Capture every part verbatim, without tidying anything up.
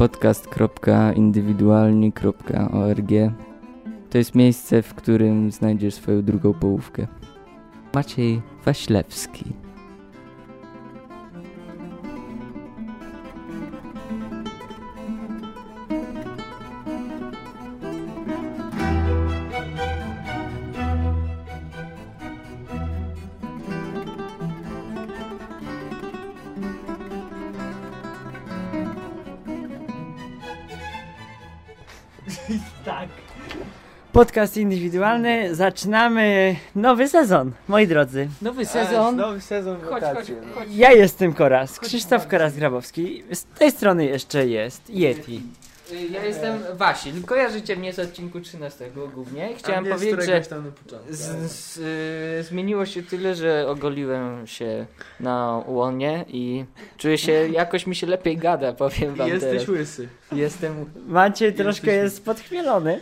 podcast kropka indywidualni kropka org. To jest miejsce, w którym znajdziesz swoją drugą połówkę. Maciej Waślewski. Tak. Podcast indywidualny. Zaczynamy nowy sezon, moi drodzy. Nowy sezon. A, nowy sezon Chodź, chodź, chodź. Ja jestem Koras, Krzysztof Koras-Grabowski. Z tej strony jeszcze jest Yeti. Ja jestem Wasil. Kojarzycie mnie z odcinku trzynastego głównie. Chciałem powiedzieć, że z, z, y, zmieniło się tyle, że ogoliłem się na łonie i czuję się, jakoś mi się lepiej gada, powiem wam Jesteś teraz. łysy. Jestem... Maciej troszkę jest podchmielony.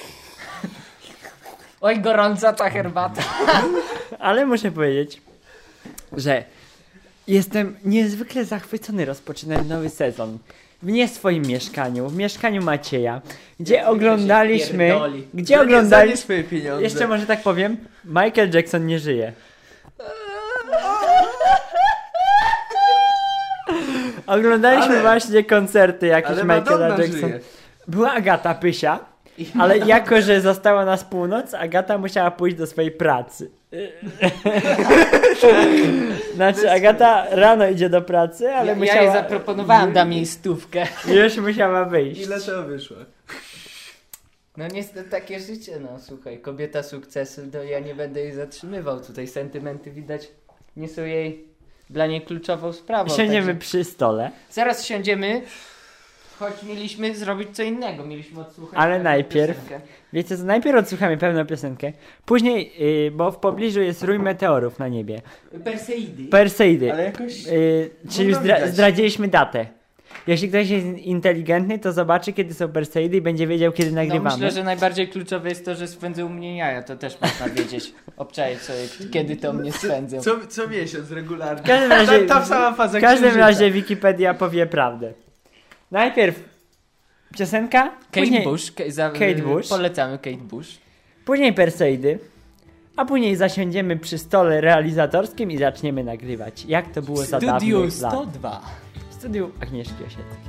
Oj, gorąca ta herbata. Ale muszę powiedzieć, że jestem niezwykle zachwycony rozpoczynając nowy sezon. W nie swoim mieszkaniu, w mieszkaniu Macieja, gdzie oglądaliśmy... Gdzie oglądaliśmy... swoje pieniądze. Jeszcze może tak powiem, Michael Jackson nie żyje. Oglądaliśmy ale, właśnie koncerty jakieś Michaela Jacksona. Żyje. Była Agata Pysia, ale jako, że została nas północ, Agata musiała pójść do swojej pracy. Znaczy Agata rano idzie do pracy, ale ja, musiała... Ja jej zaproponowałem, dam jej stówkę. Już musiała wyjść. Ile to wyszło? No niestety takie życie, no słuchaj, kobieta sukcesu, to ja nie będę jej zatrzymywał. Tutaj sentymenty widać nie są jej, dla niej kluczową sprawą. Siędziemy także... przy stole. Zaraz siądziemy, choć mieliśmy zrobić co innego, mieliśmy odsłuchać ale najpierw, piosenkę. Wiecie co, najpierw odsłuchamy pewną piosenkę, później, yy, bo w pobliżu jest rój meteorów na niebie. Perseidy. Perseidy. Ale jakoś... Yy, czyli już zdra- zdradziliśmy datę. Jeśli ktoś jest inteligentny, to zobaczy, kiedy są Perseidy i będzie wiedział, kiedy No nagrywamy. myślę, że najbardziej kluczowe jest to, że swędzą mnie jaja, to też można wiedzieć. Obczaić sobie, kiedy to mnie swędzą. Co, co miesiąc regularnie. W każdym razie, ta, ta sama faza w każdym księżyca. razie Wikipedia powie prawdę. Najpierw piosenka, Kate później, Bush. Ka- za, Kate Bush. Polecamy Kate Bush. później Perseidy, a później zasiądziemy przy stole realizatorskim i zaczniemy nagrywać. Jak to było za dawnych Studiu lat. sto dwa. W studiu Agnieszki Osieckiej.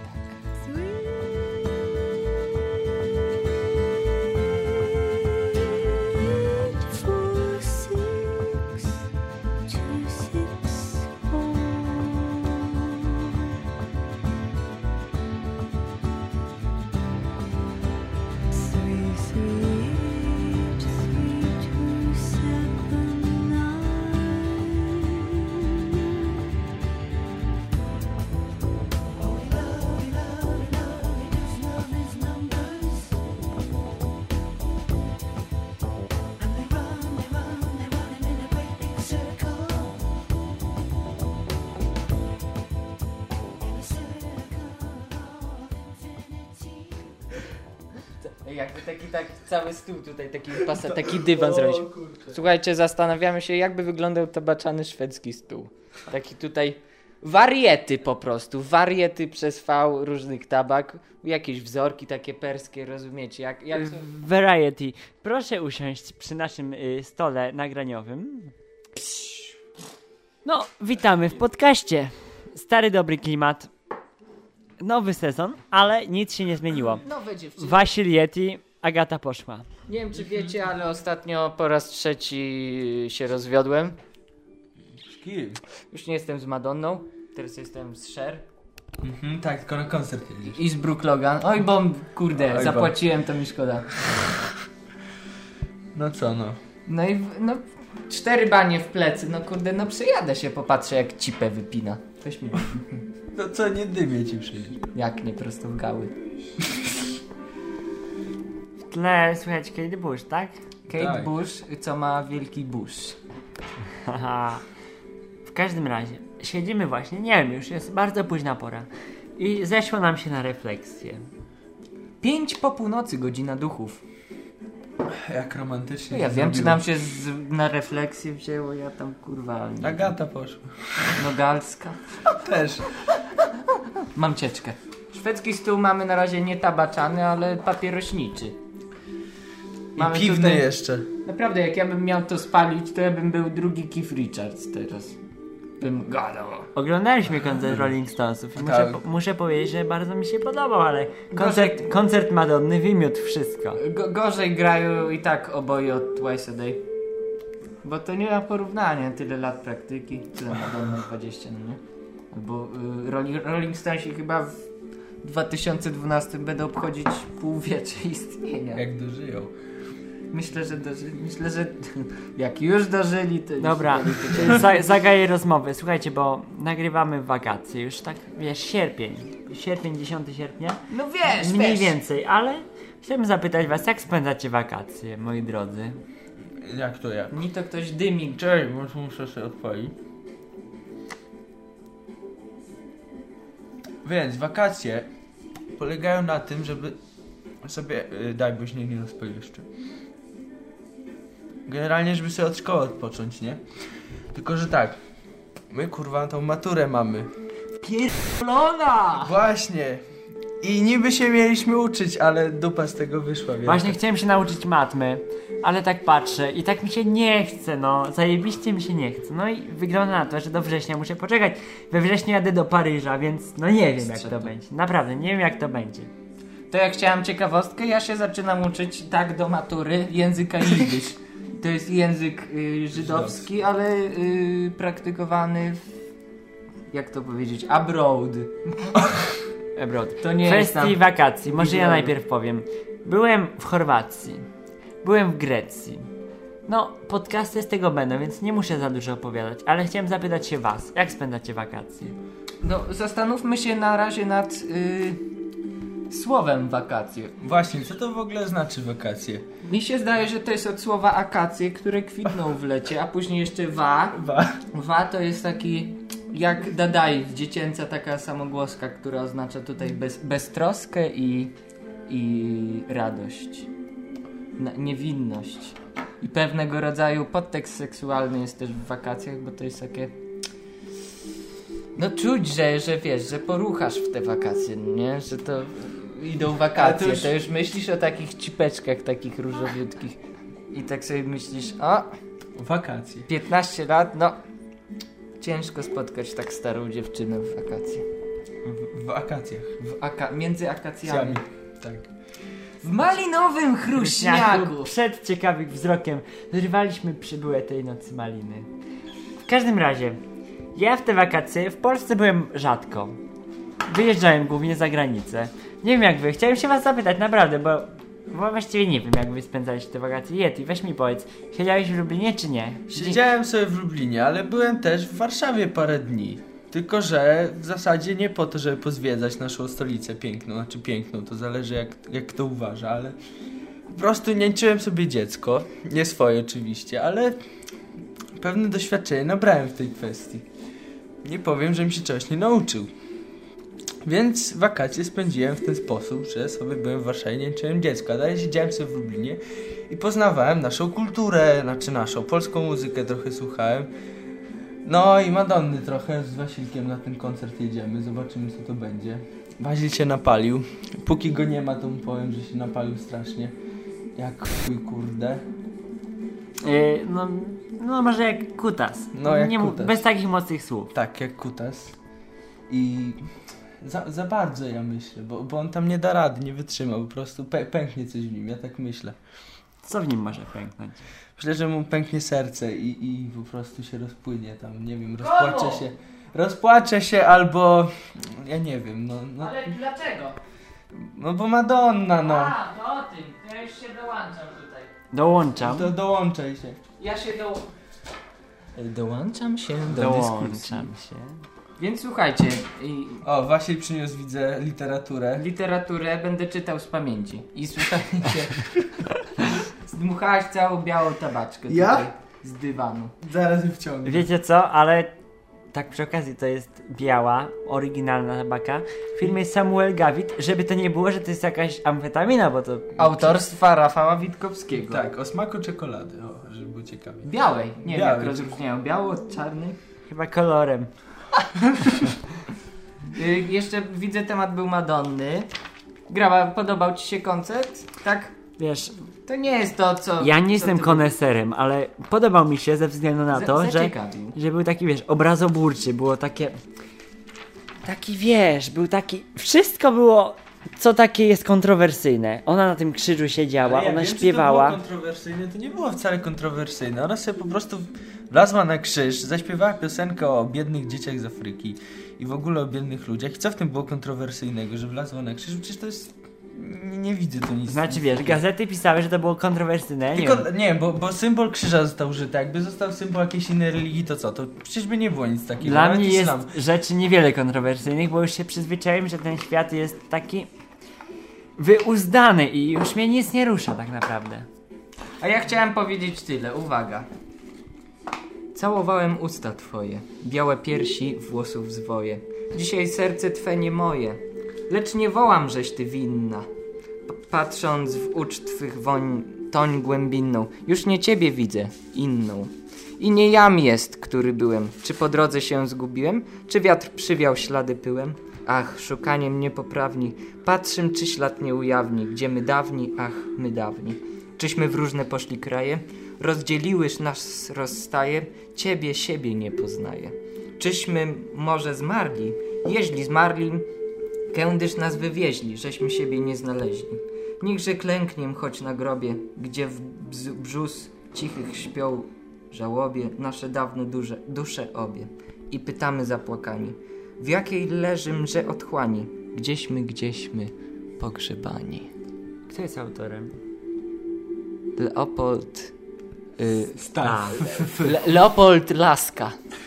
Jakby taki tak cały stół tutaj, taki pasa, taki dywan zrobić. Słuchajcie, zastanawiamy się, jakby wyglądał tabaczany szwedzki stół. Taki tutaj wariety po prostu, wariety przez V różnych tabak, jakieś wzorki takie perskie, rozumiecie? Jak, jak to... Variety. Proszę usiąść przy naszym y, stole nagraniowym. No, witamy w podcaście. Stary, dobry klimat. Nowy sezon, ale nic się nie zmieniło. Nowe dziewczyny. Wasil, Yeti, Agata poszła. Nie wiem, czy wiecie, ale ostatnio po raz trzeci się rozwiodłem. Z kim? Już nie jestem z Madonną, teraz jestem z Cher. Mhm, tak, tylko na koncert jedziesz. I z Brooke Logan. Oj, bo kurde, Oj, zapłaciłem, to mi szkoda. No co no? No i w- no, cztery banie w plecy, no kurde, no przejadę się, popatrzę jak cipę wypina. Weź mi. No co, nie dymie ci przecież. Jak nie, prosto w gały. W tle słychać Kate Bush, tak? Kate Tak. Bush, co ma wielki bush. Haha. W każdym razie, siedzimy właśnie, nie wiem, już jest bardzo późna pora. I zeszło nam się na refleksję. Pięć po północy, godzina duchów. Jak romantycznie. No ja się wiem, czy zrobiło. nam się z, na refleksję wzięło, ja tam kurwa... nie- Agata poszła. Nogalska. Też. Mam cieczkę. Szwedzki stół mamy na razie nie tabaczany, ale papierośniczy. I piwny tutaj... jeszcze. Naprawdę, jak ja bym miał to spalić, to ja bym był drugi Keith Richards teraz. Bym gadał. Oglądaliśmy koncert Rolling Stonesów i muszę, Tak. po, muszę powiedzieć, że bardzo mi się podobał, ale koncert, koncert Madonny wymiótł wszystko. Go, gorzej grają i tak oboje od Twice a Day. Bo to nie ma porównania, tyle lat praktyki, tyle Madonna dwadzieścia, no nie? Albo y, Rolling, Rolling Stonesi chyba w dwa tysiące dwunastym będą obchodzić półwiecze istnienia. Jak dożyją. Myślę, że dożyli, myślę, że jak już dożyli, to... Dobra, za, zagaję rozmowę. Słuchajcie, bo nagrywamy wakacje, już tak, wiesz, sierpień. Sierpień, dziesiątego sierpnia. No wiesz, Mniej wiesz. więcej, ale chciałbym zapytać was, jak spędzacie wakacje, moi drodzy? Jak to jak? Mi to ktoś dymi. Cześć, muszę, muszę sobie odpalić. Więc wakacje polegają na tym, żeby sobie, yy, daj, boś nie, nie rozpalił jeszcze. Generalnie, żeby sobie od szkoły odpocząć, nie? Tylko, że tak, my kurwa tą maturę mamy. Pierdolona! Właśnie. I niby się mieliśmy uczyć, ale dupa z tego wyszła, więc... Właśnie chciałem się nauczyć matmy, ale tak patrzę i tak mi się nie chce, no. Zajebiście mi się nie chce. No i wygląda na to, że do września muszę poczekać. We wrześniu jadę do Paryża, więc no nie wiem jak to będzie. Naprawdę, nie wiem jak to będzie. To ja chciałem ciekawostkę, ja się zaczynam uczyć tak do matury języka jidysz. To jest język y, żydowski, ale y, praktykowany w, jak to powiedzieć, abroad. Abroad. To nie W jest kwestii tam- wakacji, może ja Izrael. najpierw powiem. Byłem w Chorwacji, byłem w Grecji. No, podcasty z tego będą, więc nie muszę za dużo opowiadać, ale chciałem zapytać się was, jak spędzacie wakacje? No zastanówmy się na razie nad y, słowem wakacje. Właśnie, co to w ogóle znaczy wakacje? Mi się zdaje, że to jest od słowa akacje, które kwitną w lecie, a później jeszcze wa. Wa. Wa to jest taki jak dadaj, dziecięca taka samogłoska, która oznacza tutaj bez, beztroskę i, i radość, Na, niewinność. I pewnego rodzaju podtekst seksualny jest też w wakacjach, bo to jest takie... No czuć, że, że wiesz, że poruchasz w te wakacje, nie? Że to idą wakacje, Ale to to już- już... myślisz o takich cipeczkach, takich różowiutkich i tak sobie myślisz, o, Wakacje. piętnaście lat, no ciężko spotkać tak starą dziewczynę w wakacje. W, w wakacjach. W aka między akacjami. Ciami. Tak. W malinowym chruśniaku. Przed ciekawym wzrokiem zrywaliśmy przybyłe tej nocy maliny. W każdym razie, ja w te wakacje w Polsce byłem rzadko. Wyjeżdżałem głównie za granicę. Nie wiem jak wy, chciałem się was zapytać naprawdę, bo, bo właściwie nie wiem jak wy spędzaliście te wakacje. Yeti, weź mi powiedz, siedziałeś w Lublinie czy nie? Siedziałem sobie w Lublinie, ale byłem też w Warszawie parę dni. Tylko, że w zasadzie nie po to, żeby pozwiedzać naszą stolicę piękną, znaczy piękną, to zależy jak, jak kto uważa, ale po prostu niańczyłem sobie dziecko, nie swoje oczywiście, ale pewne doświadczenie nabrałem w tej kwestii. Nie powiem, że mi się czegoś nie nauczył. Więc wakacje spędziłem w ten sposób, że sobie byłem w Warszawie, niańczyłem dziecko, a dalej siedziałem sobie w Lublinie i poznawałem naszą kulturę, znaczy naszą, polską muzykę trochę słuchałem. No i Madonny trochę z Wasilkiem na ten koncert jedziemy, zobaczymy co to będzie. Wasil się napalił, póki go nie ma to mu powiem, że się napalił strasznie. Jak chuj kurde. Yy, no, no może jak kutas. No, jak nie, mów- kutas. Bez takich mocnych słów. Tak, jak kutas. I za, za bardzo ja myślę, bo, bo on tam nie da rady, nie wytrzyma, po prostu pę- pęknie coś w nim, ja tak myślę. Co w nim może pęknąć? Myślę, że mu pęknie serce i, i po prostu się rozpłynie tam, nie wiem, rozpłacze się. Rozpłacze się albo... ja nie wiem, no... no Ale dlaczego? No bo Madonna, no. A, to o tym. Ja już się dołączam tutaj. Dołączam. To dołączaj się. Ja się do... Dołączam się do dyskusji. Dołączam się. Więc słuchajcie, i O, Wasil przyniósł, widzę, literaturę. literaturę będę czytał z pamięci. I słuchajcie, zdmuchałaś całą białą tabaczkę Ja? tutaj z dywanu. Zaraz ją wciągnę. Wiecie co, ale tak przy okazji to jest biała, oryginalna tabaka w firmie Samuel Gawit, żeby to nie było, że to jest jakaś amfetamina, bo to... Autorstwa Rafała Witkowskiego. Tak, o smaku czekolady, o, żeby było ciekawie. Białej. Nie wiem Białej. jak rozróżniają. Białą od czarnej. Chyba kolorem. Y, jeszcze widzę, temat był Madonny. Graba, podobał ci się koncert? Tak? Wiesz, To nie jest to, co... ja nie co jestem ty- koneserem, ale podobał mi się ze względu na Za- to, że, zaciekawił. że był taki, wiesz, obrazoburczy, było takie... Taki, wiesz, był taki... Wszystko było, co takie jest kontrowersyjne. Ona na tym krzyżu siedziała, Ale ja ona wiem, śpiewała. Czy to było kontrowersyjne, to nie było wcale kontrowersyjne. Ona sobie po prostu wlazła na krzyż, zaśpiewała piosenkę o biednych dzieciach z Afryki i w ogóle o biednych ludziach. I co w tym było kontrowersyjnego, że wlazła na krzyż? Przecież to jest... Nie, nie widzę tu nic. Znaczy, nic wiesz, takiego. gazety pisały, że to było kontrowersyjne. Nie Tylko, wiem. nie, bo, bo symbol krzyża został użyty. Jakby został symbol jakiejś innej religii, to co? To przecież by nie było nic takiego. Dla Nawet mnie jest islam. rzeczy niewiele kontrowersyjnych, bo już się przyzwyczaiłem, że ten świat jest taki wyuzdany i już mnie nic nie rusza tak naprawdę. A ja chciałem powiedzieć tyle, uwaga. Całowałem usta twoje, białe piersi, włosów zwoje. Dzisiaj serce twe nie moje, lecz nie wołam, żeś ty winna. P- patrząc w ucz twych woń, toń głębinną, już nie ciebie widzę, inną. I nie jam jest, który byłem. Czy po drodze się zgubiłem? Czy wiatr przywiał ślady pyłem? Ach, szukaniem niepoprawni, patrzym, czy ślad nie ujawni, gdzie my dawni, ach, my dawni. Czyśmy w różne poszli kraje, rozdzieliłyż nas rozstaje, ciebie, siebie nie poznaje. Czyśmy może zmarli, jeźli zmarli, kędyż nas wywieźli, żeśmy siebie nie znaleźli. Niechże klękniem choć na grobie, gdzie w bz- brzus cichych śpią żałobie nasze dawne duże, dusze obie. I pytamy zapłakani, w jakiej leży mrze otchłani, gdzieśmy, gdzieśmy pogrzebani. Kto jest autorem? Leopold... Y, Stal. Le Leopold Laska.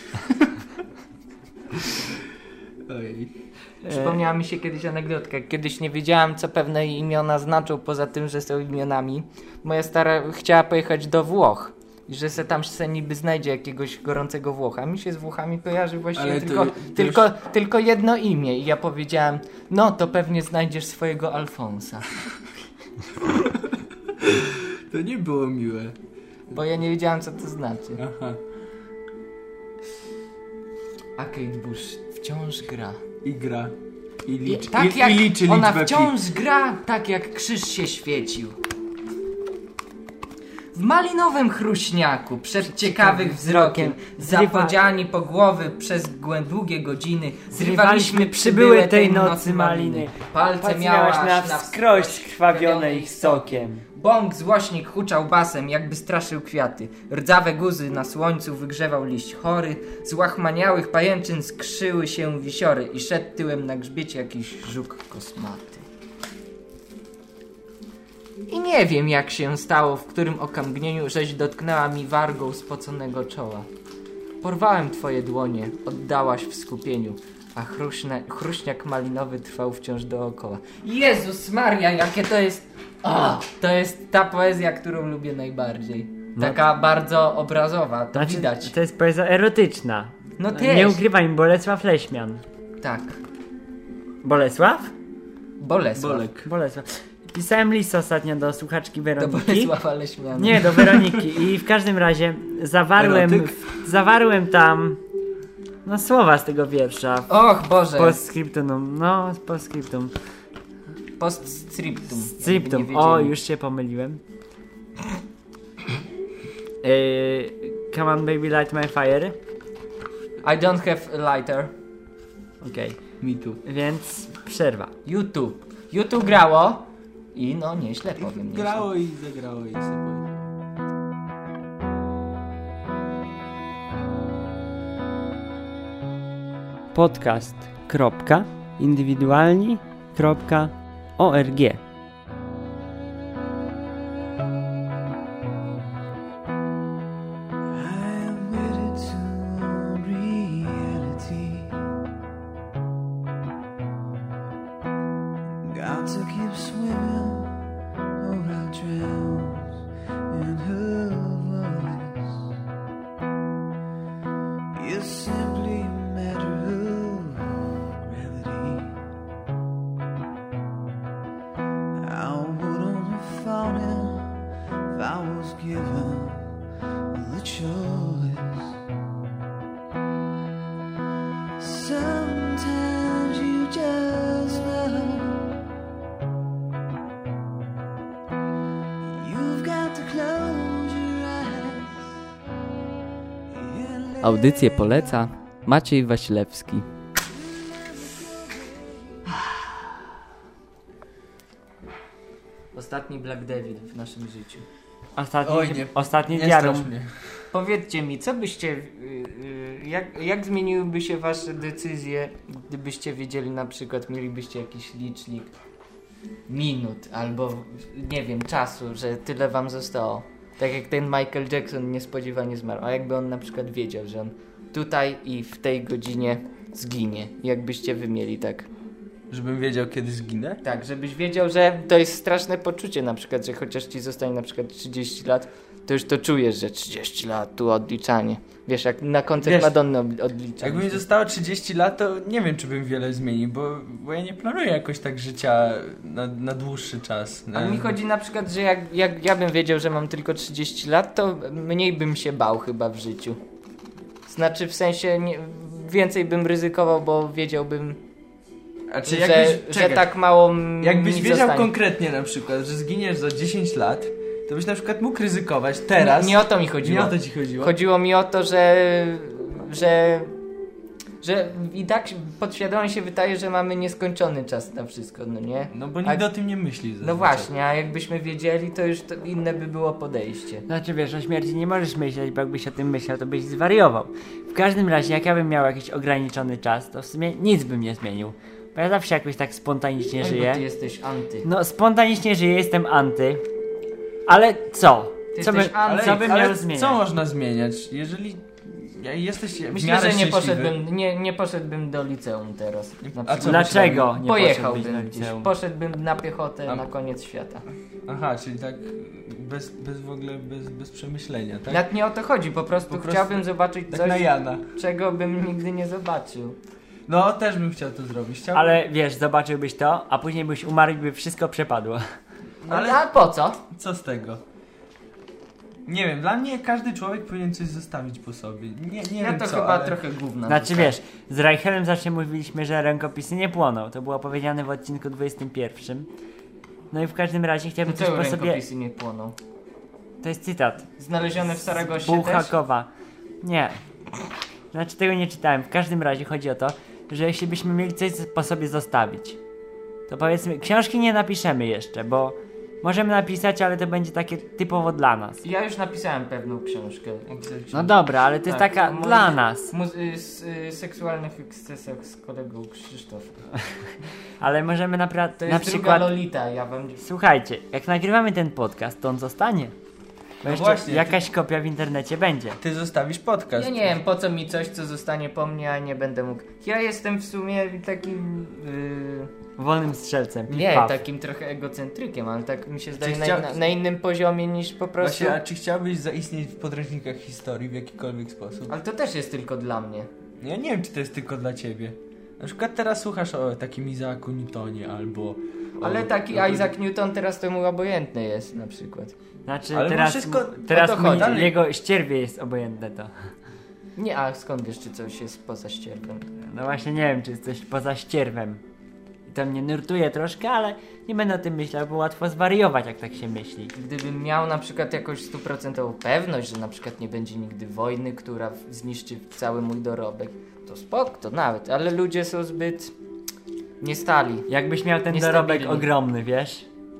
Ojej. Przypomniała mi się kiedyś anegdotka. Kiedyś nie wiedziałem, co pewne imiona znaczą, poza tym, że są imionami. Moja stara chciała pojechać do Włoch. I że se tam se niby znajdzie jakiegoś gorącego Włocha. Mi się z Włochami kojarzy właściwie Ale to- tylko, to tylko, już- tylko jedno imię. I ja powiedziałem, no to pewnie znajdziesz swojego Alfonsa. To nie było miłe. Bo ja nie wiedziałem, co to znaczy. Aha. A Kate Bush wciąż gra. I gra. I, I, licz, tak i, jak i liczy ona liczbę wciąż gra, tak jak krzyż się świecił. W malinowym chruśniaku, przed ciekawych wzrokiem, zapodziani po głowy przez głę- długie godziny, zrywaliśmy przybyłe tej nocy maliny. Palce miałaś na na wskroś skrwawione ich sokiem. Bąk złośnik huczał basem, jakby straszył kwiaty. Rdzawe guzy na słońcu wygrzewał liść chory. Z łachmaniałych pajęczyn skrzyły się wisiory i szedł tyłem na grzbiecie jakiś żuk kosmaty. I nie wiem, jak się stało, w którym okamgnieniu żeś dotknęła mi wargą spoconego czoła. Porwałem twoje dłonie, oddałaś w skupieniu, a chruśne, chruśniak malinowy trwał wciąż dookoła. Jezus Maria, jakie to jest... O, to jest ta poezja, którą lubię najbardziej. Taka bardzo obrazowa, to Znaczy, widać. to jest poezja erotyczna. No też. Nie ukrywaj, Bolesław Leśmian. Tak. Bolesław? Bolesław. Bolek. Bolesław. Pisałem list ostatnio do słuchaczki Do Weroniki. Bolesława Leśmiana. Nie, do Weroniki. I w każdym razie zawarłem, Erotyk? zawarłem tam no słowa z tego wiersza. Och Boże. Postscriptum, no postscriptum. Postscriptum. jakby Scriptum, nie o wiedzieli. już się pomyliłem. Yy, come on baby light my fire. I don't have a lighter. Okej, Mi tu. więc przerwa. YouTube. YouTube grało i no nieźle powiem. Nieźle. Grało i zagrało i sobie. Podcast. Kropka, indywidualni. Kropka, org. I'm wedded to reality. Got to keep swimming or I'll drown in her voice. It's simply a matter of gravity. I would only fall in if I was given the choice. Sometimes you Audycję poleca Maciej Wasilewski. Ostatni Black Devil w naszym życiu. Ostatni, Oj, nie, ostatni nie diarum. strasz mnie. Powiedzcie mi, co byście, yy, yy, jak, jak zmieniłyby się wasze decyzje, gdybyście wiedzieli, na przykład mielibyście jakiś licznik minut albo nie wiem, czasu, że tyle wam zostało. Tak jak ten Michael Jackson niespodziewanie zmarł. A jakby on na przykład wiedział, że on tutaj i w tej godzinie zginie. Jakbyście wy mieli tak? Żebym wiedział, kiedy zginę? Tak, żebyś wiedział, że to jest straszne poczucie na przykład, że chociaż ci zostanie na przykład trzydzieści lat, to już to czujesz, że trzydzieści lat, tu odliczanie. Wiesz, jak na koncert Wiesz, Madonny od- odliczanie. Jakby mi zostało trzydzieści lat, to nie wiem, czy bym wiele zmienił, bo, bo ja nie planuję jakoś tak życia na, na dłuższy czas. Na... Ale mi chodzi na przykład, że jak, jak ja bym wiedział, że mam tylko trzydzieści lat, to mniej bym się bał chyba w życiu. Znaczy w sensie nie, więcej bym ryzykował, bo wiedziałbym, A czy że, jakbyś, że czekaj, tak mało m- jakbyś mi wiedział zostanie. konkretnie na przykład, że zginiesz za dziesięć lat, to byś na przykład mógł ryzykować teraz. Nie, nie o to mi chodziło. Nie o to ci chodziło. Chodziło mi o to, że, że, że i tak podświadomie się wydaje, że mamy nieskończony czas na wszystko, no nie? No bo nikt A- o tym nie myśli. No zazwyczaj. właśnie, a jakbyśmy wiedzieli, to już to inne by było podejście. Znaczy wiesz, o śmierci nie możesz myśleć, bo jakbyś o tym myślał, to byś zwariował. W każdym razie, jak ja bym miał jakiś ograniczony czas, to w sumie nic bym nie zmienił. Bo ja zawsze jakoś tak spontanicznie Oj, bo żyję. ty jesteś anty. No spontanicznie żyję, jestem anty. Ale co? Ty Co, by, jesteś anty. co bym ale miał zmieniać? co można zmieniać? Jeżeli ja- jesteś w Myślę, miarę że nie szczęśliwy- poszedłbym, nie, nie poszedłbym do liceum teraz. Na A przykład. co Dlaczego nie Pojechałbym poszedłbyś do gdzieś, liceum? poszedłbym na piechotę A- na koniec świata. Aha, czyli tak bez, bez w ogóle, bez, bez przemyślenia, tak? Nawet nie o to chodzi, po prostu Po prostu chciałbym zobaczyć tak coś, na Jana. czego bym nigdy nie zobaczył. No, też bym chciał to zrobić. Chciałbym... Ale wiesz, zobaczyłbyś to, a później byś umarł i by wszystko przepadło. Ale Ale- a po co? Co z tego? Nie wiem, dla mnie każdy człowiek powinien coś zostawić po sobie. Nie, nie Ja wiem to co, chyba ale... trochę gówno. Znaczy wiesz, z Reichelem zawsze mówiliśmy, że rękopisy nie płoną. To było powiedziane w odcinku dwudziestym pierwszym. No i w każdym razie chciałbym coś Cały po sobie... rękopisy nie płoną. To jest cytat. Znalezione w Saragosie też? Bułhakowa. Nie. Znaczy tego nie czytałem. W każdym razie chodzi o to, że jeśli byśmy mieli coś po sobie zostawić, to powiedzmy, książki nie napiszemy jeszcze, bo możemy napisać, ale to będzie takie typowo dla nas. Ja już napisałem pewną książkę. No dobra, ale to jest Tak, taka o moich dla nas. Mu- y, s- y, seksualnych ekscesach z kolegą Krzysztofem. Ale możemy napra- To na jest druga przykład... Lolita, ja wam... Słuchajcie, jak nagrywamy ten podcast, to on zostanie. Bo No jeszcze właśnie, jakaś kopia w internecie będzie. Ty zostawisz podcast. Ja nie wiem, po co mi coś, co zostanie po mnie, a nie będę mógł... Ja jestem w sumie takim... Yy... Wolnym strzelcem. Nie, Pif, paf. takim trochę egocentrykiem, ale tak mi się zdaje na, chciał- na, na innym poziomie niż po prostu... Właśnie, a czy chciałbyś zaistnieć w podręcznikach historii w jakikolwiek sposób? Ale to też jest tylko dla mnie. Ja nie wiem, czy to jest tylko dla ciebie. Na przykład teraz słuchasz o takim Isaacu Newtonie albo... Ale o, taki o, Isaac Newton teraz to mu obojętny jest na przykład. Znaczy Ale teraz, wszystko- teraz o to mój, chodzi. jego ścierwie jest obojętne to. Nie, a skąd wiesz, czy coś jest poza ścierwem? No właśnie nie wiem, czy jest coś poza ścierwem. I to mnie nurtuje troszkę, ale nie będę o tym myślał, bo łatwo zwariować, jak tak się myśli. Gdybym miał na przykład jakąś stuprocentową pewność, że na przykład nie będzie nigdy wojny, która w- zniszczy cały mój dorobek, to spok, to nawet, ale ludzie są zbyt niestali. Jakbyś miał ten Niestabilny. dorobek ogromny, wiesz?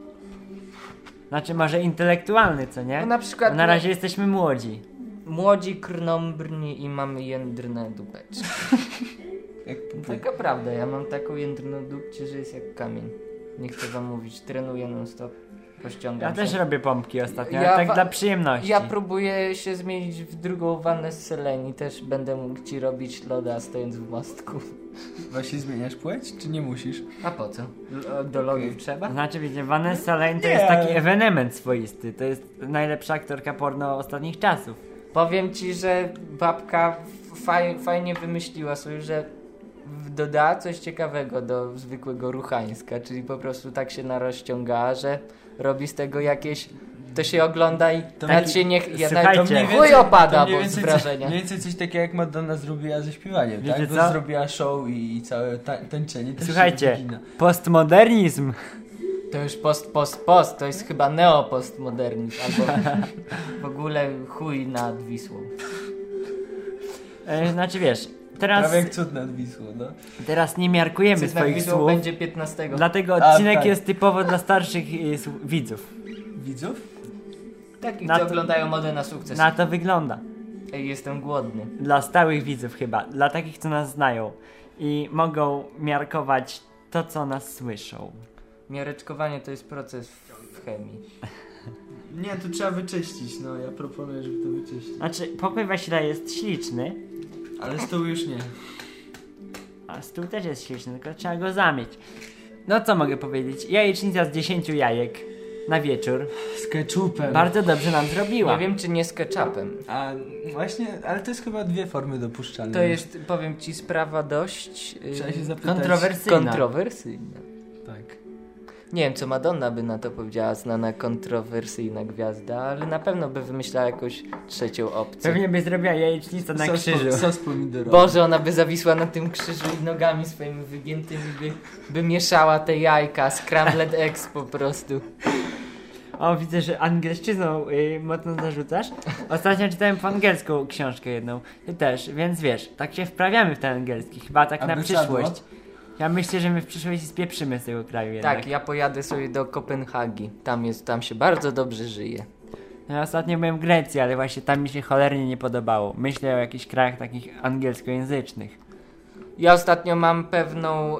Znaczy może intelektualny, co nie? No na przykład Bo na razie jesteśmy młodzi. młodzi, krnąbrni i mamy jędrne dupeczki. Jak, Taka prawda, ja mam taką jędrną dupcie, że jest jak kamień. Nie chcę wam mówić, trenuję non stop, rozciągam Ja też się. robię pompki ostatnio, Ja ale tak wa- dla przyjemności. Ja próbuję się zmienić w drugą wannę z Seleni, też będę mógł ci robić loda stojąc w mostku. Właśnie zmieniasz płeć, czy nie musisz? A po co? L- do lodów trzeba? Znaczy wiecie, Vanessa Lane to Nie. jest taki ewenement swoisty. To jest najlepsza aktorka porno ostatnich czasów. Powiem ci, że babka faj, fajnie wymyśliła sobie, że w- dodała coś ciekawego do zwykłego ruchańska, czyli po prostu tak się narozciągała, że robi z tego jakieś... To się ogląda i To nawet taki- się niech... Ja Słuchajcie, nawet to mniej chuj więcej- opada, to mniej bo z więcej wrażenia. Coś, mniej więcej coś takiego jak Madonna zrobiła ze śpiewaniem, Wiecie tak? Bo co? zrobiła show i, i całe ta tańczenie też Słuchajcie, się wygina. postmodernizm. To już post, post, post, to jest chyba neopostmodernizm, albo w ogóle chuj nad Wisłą. E, znaczy wiesz, teraz, Prawie jak cud nad Wisłą, no. teraz nie miarkujemy Cyt nad swoich Wisłą słów, będzie piętnastego. dlatego A, odcinek tak. jest typowo dla starszych y, s- widzów. Widzów? Takich, Na co to- oglądają modę na sukces. Na to wygląda. Ej, jestem głodny. Dla stałych widzów chyba, dla takich, co nas znają i mogą miarkować to, co nas słyszą. Miareczkowanie to jest proces w chemii. Nie, to trzeba wyczyścić, no ja proponuję, żeby to wyczyścić. Znaczy, pokój Wasila jest śliczny, Ale stół już nie. a stół też jest śliczny, tylko trzeba go zamieć. No co mogę powiedzieć? Jajecznica z dziesięciu jajek na wieczór. Z ketchupem. Bardzo dobrze nam zrobiła. Nie wiem, czy nie z ketchupem. A właśnie, ale to jest chyba dwie formy dopuszczalne. To jest, powiem ci, sprawa dość yy, Trzeba się zapytać. kontrowersyjna. kontrowersyjna. Tak. Nie wiem, co Madonna by na to powiedziała, znana kontrowersyjna gwiazda, ale na pewno by wymyślała jakąś trzecią opcję. Pewnie by zrobiła jajecznicę na sos, krzyżu. Po, sos pomidorowy. Boże, ona by zawisła na tym krzyżu i nogami swoimi wygiętymi by, by mieszała te jajka, scrambled eggs po prostu. O, widzę, że angielszczyzną y, mocno zarzucasz. Ostatnio czytałem po angielsku książkę jedną. Ty też, więc wiesz, tak się wprawiamy w ten angielski. Chyba tak A na wysiadło? przyszłość. Ja myślę, że my w przyszłości spieprzymy z tego kraju jednak. Tak, ja pojadę sobie do Kopenhagi. Tam jest, tam się bardzo dobrze żyje. No, ja ostatnio byłem w Grecji, ale właśnie tam mi się cholernie nie podobało. Myślę o jakichś krajach takich angielskojęzycznych. Ja ostatnio mam pewną,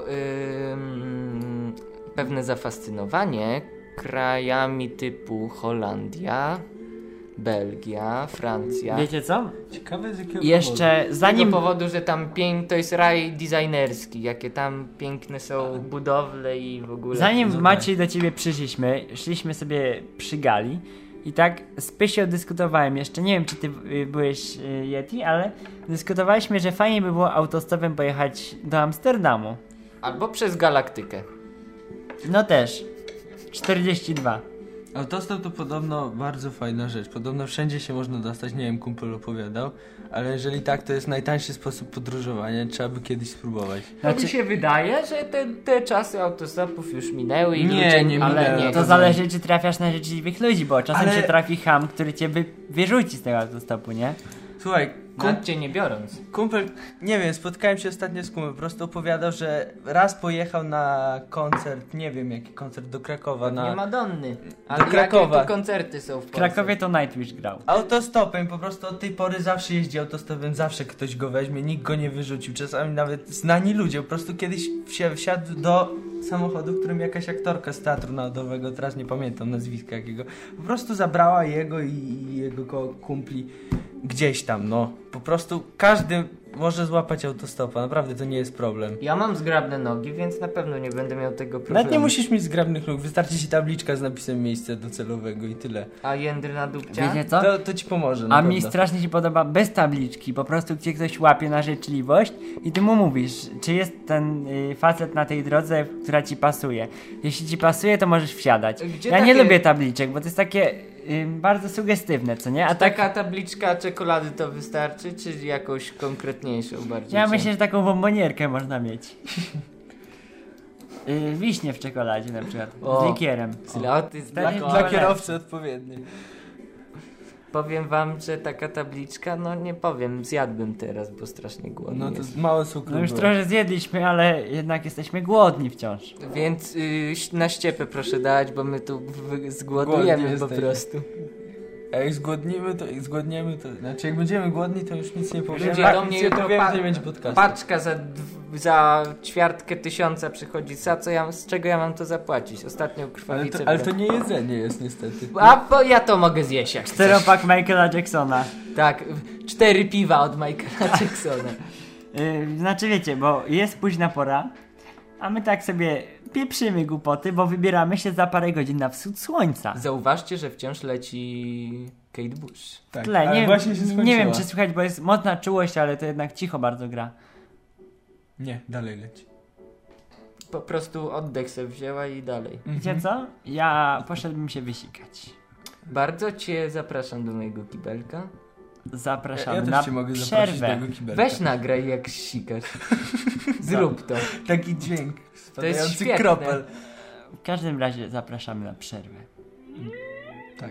ym, pewne zafascynowanie krajami typu Holandia, Belgia, Francja. Wiecie co? Ciekawe z jakiego Jeszcze Z zanim... tego powodu, że tam pięk, to jest raj designerski, jakie tam piękne są budowle i w ogóle. Zanim Zobacz. Maciej do ciebie przyszliśmy, szliśmy sobie przy gali i tak z Pysio dyskutowałem jeszcze, nie wiem czy ty y, byłeś y, Yeti, ale dyskutowaliśmy, że fajnie by było autostopem pojechać do Amsterdamu. Albo przez galaktykę. No też. czterdzieści dwa. Autostop to podobno bardzo fajna rzecz. Podobno wszędzie się można dostać, nie wiem, kumpel opowiadał, ale jeżeli tak, to jest najtańszy sposób podróżowania, trzeba by kiedyś spróbować. To Znaczy, mi się wydaje, że te, te czasy autostopów już minęły i Nie, ludzie, nie ale minęły. nie. to zależy czy trafiasz na życzliwych ludzi, bo czasem Ale- się trafi ham, który cię wy, wyrzuci z tego autostopu, nie? Słuchaj, kum, Nad cię nie biorąc. kumpel, nie wiem, spotkałem się ostatnio z kumplem, po prostu opowiadał, że raz pojechał na koncert, nie wiem jaki koncert, do Krakowa, na... Nie Madonny. Ale Krakowa. jakie to koncerty są w W Polsce? Krakowie to Nightwish grał. Autostopem, po prostu od tej pory zawsze jeździ autostopem, zawsze ktoś go weźmie, nikt go nie wyrzucił, czasami nawet znani ludzie, po prostu kiedyś wsi- wsiadł do samochodu, w którym jakaś aktorka z Teatru Narodowego, teraz nie pamiętam nazwiska jakiego, po prostu zabrała jego i, i jego ko- kumpli gdzieś tam, no. Po prostu każdy może złapać autostopa, naprawdę to nie jest problem. Ja mam zgrabne nogi, więc na pewno nie będę miał tego problemu. Nawet nie musisz mieć zgrabnych nóg, wystarczy ci tabliczka z napisem miejsce docelowego i tyle. A jędry na dupcia? Wiecie co? To, to ci pomoże, na A pewno. mi strasznie się podoba bez tabliczki, po prostu cię ktoś łapie na życzliwość i ty mu mówisz, czy jest ten y, facet na tej drodze, która ci pasuje. Jeśli ci pasuje, to możesz wsiadać. Gdzie ja nie takie- lubię tabliczek, bo to jest takie y, bardzo sugestywne, co nie? A A tak, taka tabliczka czekolady to wystarczy, czy jakąś konkretniejszą bardziej? ja myślę, że taką bombonierkę można mieć. y, wiśnie w czekoladzie na przykład, O. z likierem. Zloty z Dla- dla, Dla kierowcy odpowiedni. Powiem wam, że taka tabliczka, no nie powiem, zjadłbym teraz, bo strasznie głodny No to jest. mało cukru No już było. trochę zjedliśmy, ale jednak jesteśmy głodni wciąż. Więc y, na ściepę proszę dać, bo my tu w, zgłodujemy Głodni po jesteśmy. prostu. A jak zgłodnimy, to jak zgłodniemy, to... Znaczy jak będziemy głodni, to już nic nie powiemy. Ludzie Tak, do mnie nic nie jutro powiemy, pa- to nie będzie podcastu. Paczka za, dw- za ćwiartkę tysiąca przychodzi, za co ja, z czego ja mam to zapłacić? Ostatnią Ale krwawicę. to, ale to brałem. nie jedzenie jest niestety. A bo ja to mogę zjeść jak chcesz. Czteropak Michaela Jacksona. Tak, cztery piwa od Michaela Jacksona. Yy, znaczy wiecie, bo jest późna pora, a my tak sobie pieprzymy głupoty, bo wybieramy się za parę godzin na wschód słońca. Zauważcie, że wciąż leci Kate Bush. Tak, W tle, ale nie, właśnie się nie skończyła. wiem czy słychać, bo jest mocna czułość, ale to jednak cicho bardzo gra. Nie, dalej leci. Po prostu oddech sobie wzięła i dalej. Wiecie co? Ja poszedłbym się wysikać. Bardzo cię zapraszam do mojego kibelka. Ja, Zapraszamy ja też na cię mogę zaprosić do przerwę. tego kibelka. Weź nagraj jak sikasz. Zrób to. Taki dźwięk spadający świetne. kropel. W każdym razie zapraszamy na przerwę. Tak.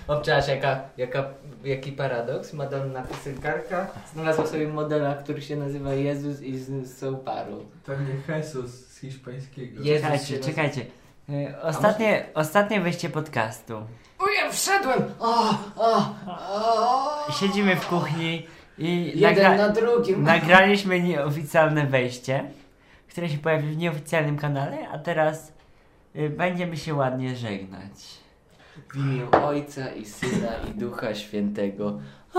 Obczałaś jaka, jaka, jaki paradoks? Madonna piosenkarka znalazła sobie modela, który się nazywa Jezus i z, są parą. Pewnie Jesus z hiszpańskiego. Jezus Czekajcie, się czekajcie. Y, Ostatnie, ostatnie wejście podcastu. O, ja wszedłem! O, o, o. Siedzimy w kuchni i Jeden nagra- na drugim. nagraliśmy nieoficjalne wejście, które się pojawi w nieoficjalnym kanale, a teraz y, będziemy się ładnie żegnać. W imię Ojca i Syna i Ducha Świętego.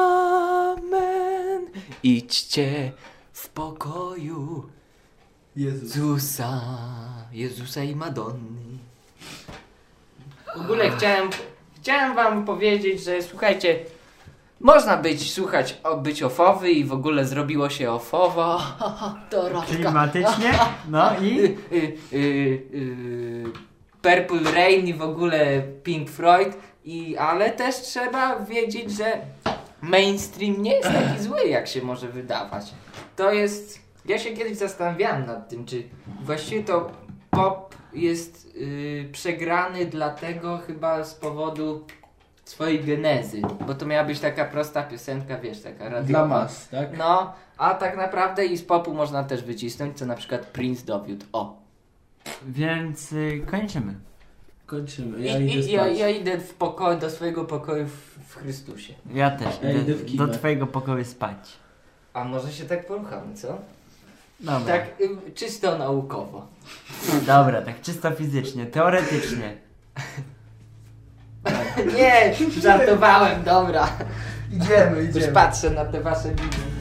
Amen. Idźcie w pokoju Jezus. Jezusa, Jezusa i Madonny. W ogóle chciałem, chciałem wam powiedzieć, że słuchajcie, można być, słuchać, o, być ofowy i w ogóle zrobiło się ofowo. Dorożka. Klimatycznie, no i... Y, y, y, y, Purple Rain i w ogóle Pink Floyd, i, ale też trzeba wiedzieć, że mainstream nie jest taki zły, jak się może wydawać. To jest... Ja się kiedyś zastanawiałem nad tym, czy właściwie to pop jest yy, przegrany dlatego chyba z powodu swojej genezy, bo to miała być taka prosta piosenka, wiesz, taka radio. Dla mas, tak? No, a tak naprawdę i z popu można też wycisnąć, co na przykład Prince dowiódł. O! Więc y, kończymy. Kończymy. I, Ja idę i, spać. ja, ja idę w pokoju, do swojego pokoju w, w Chrystusie. Ja też Ja idę idę w kibę. do twojego pokoju spać. A może się tak poruchamy, co? Dobra. Tak y, czysto naukowo. Dobra, tak czysto fizycznie, teoretycznie. Nie, żartowałem, dobra. Idziemy, Już idziemy. patrzę na te wasze linie.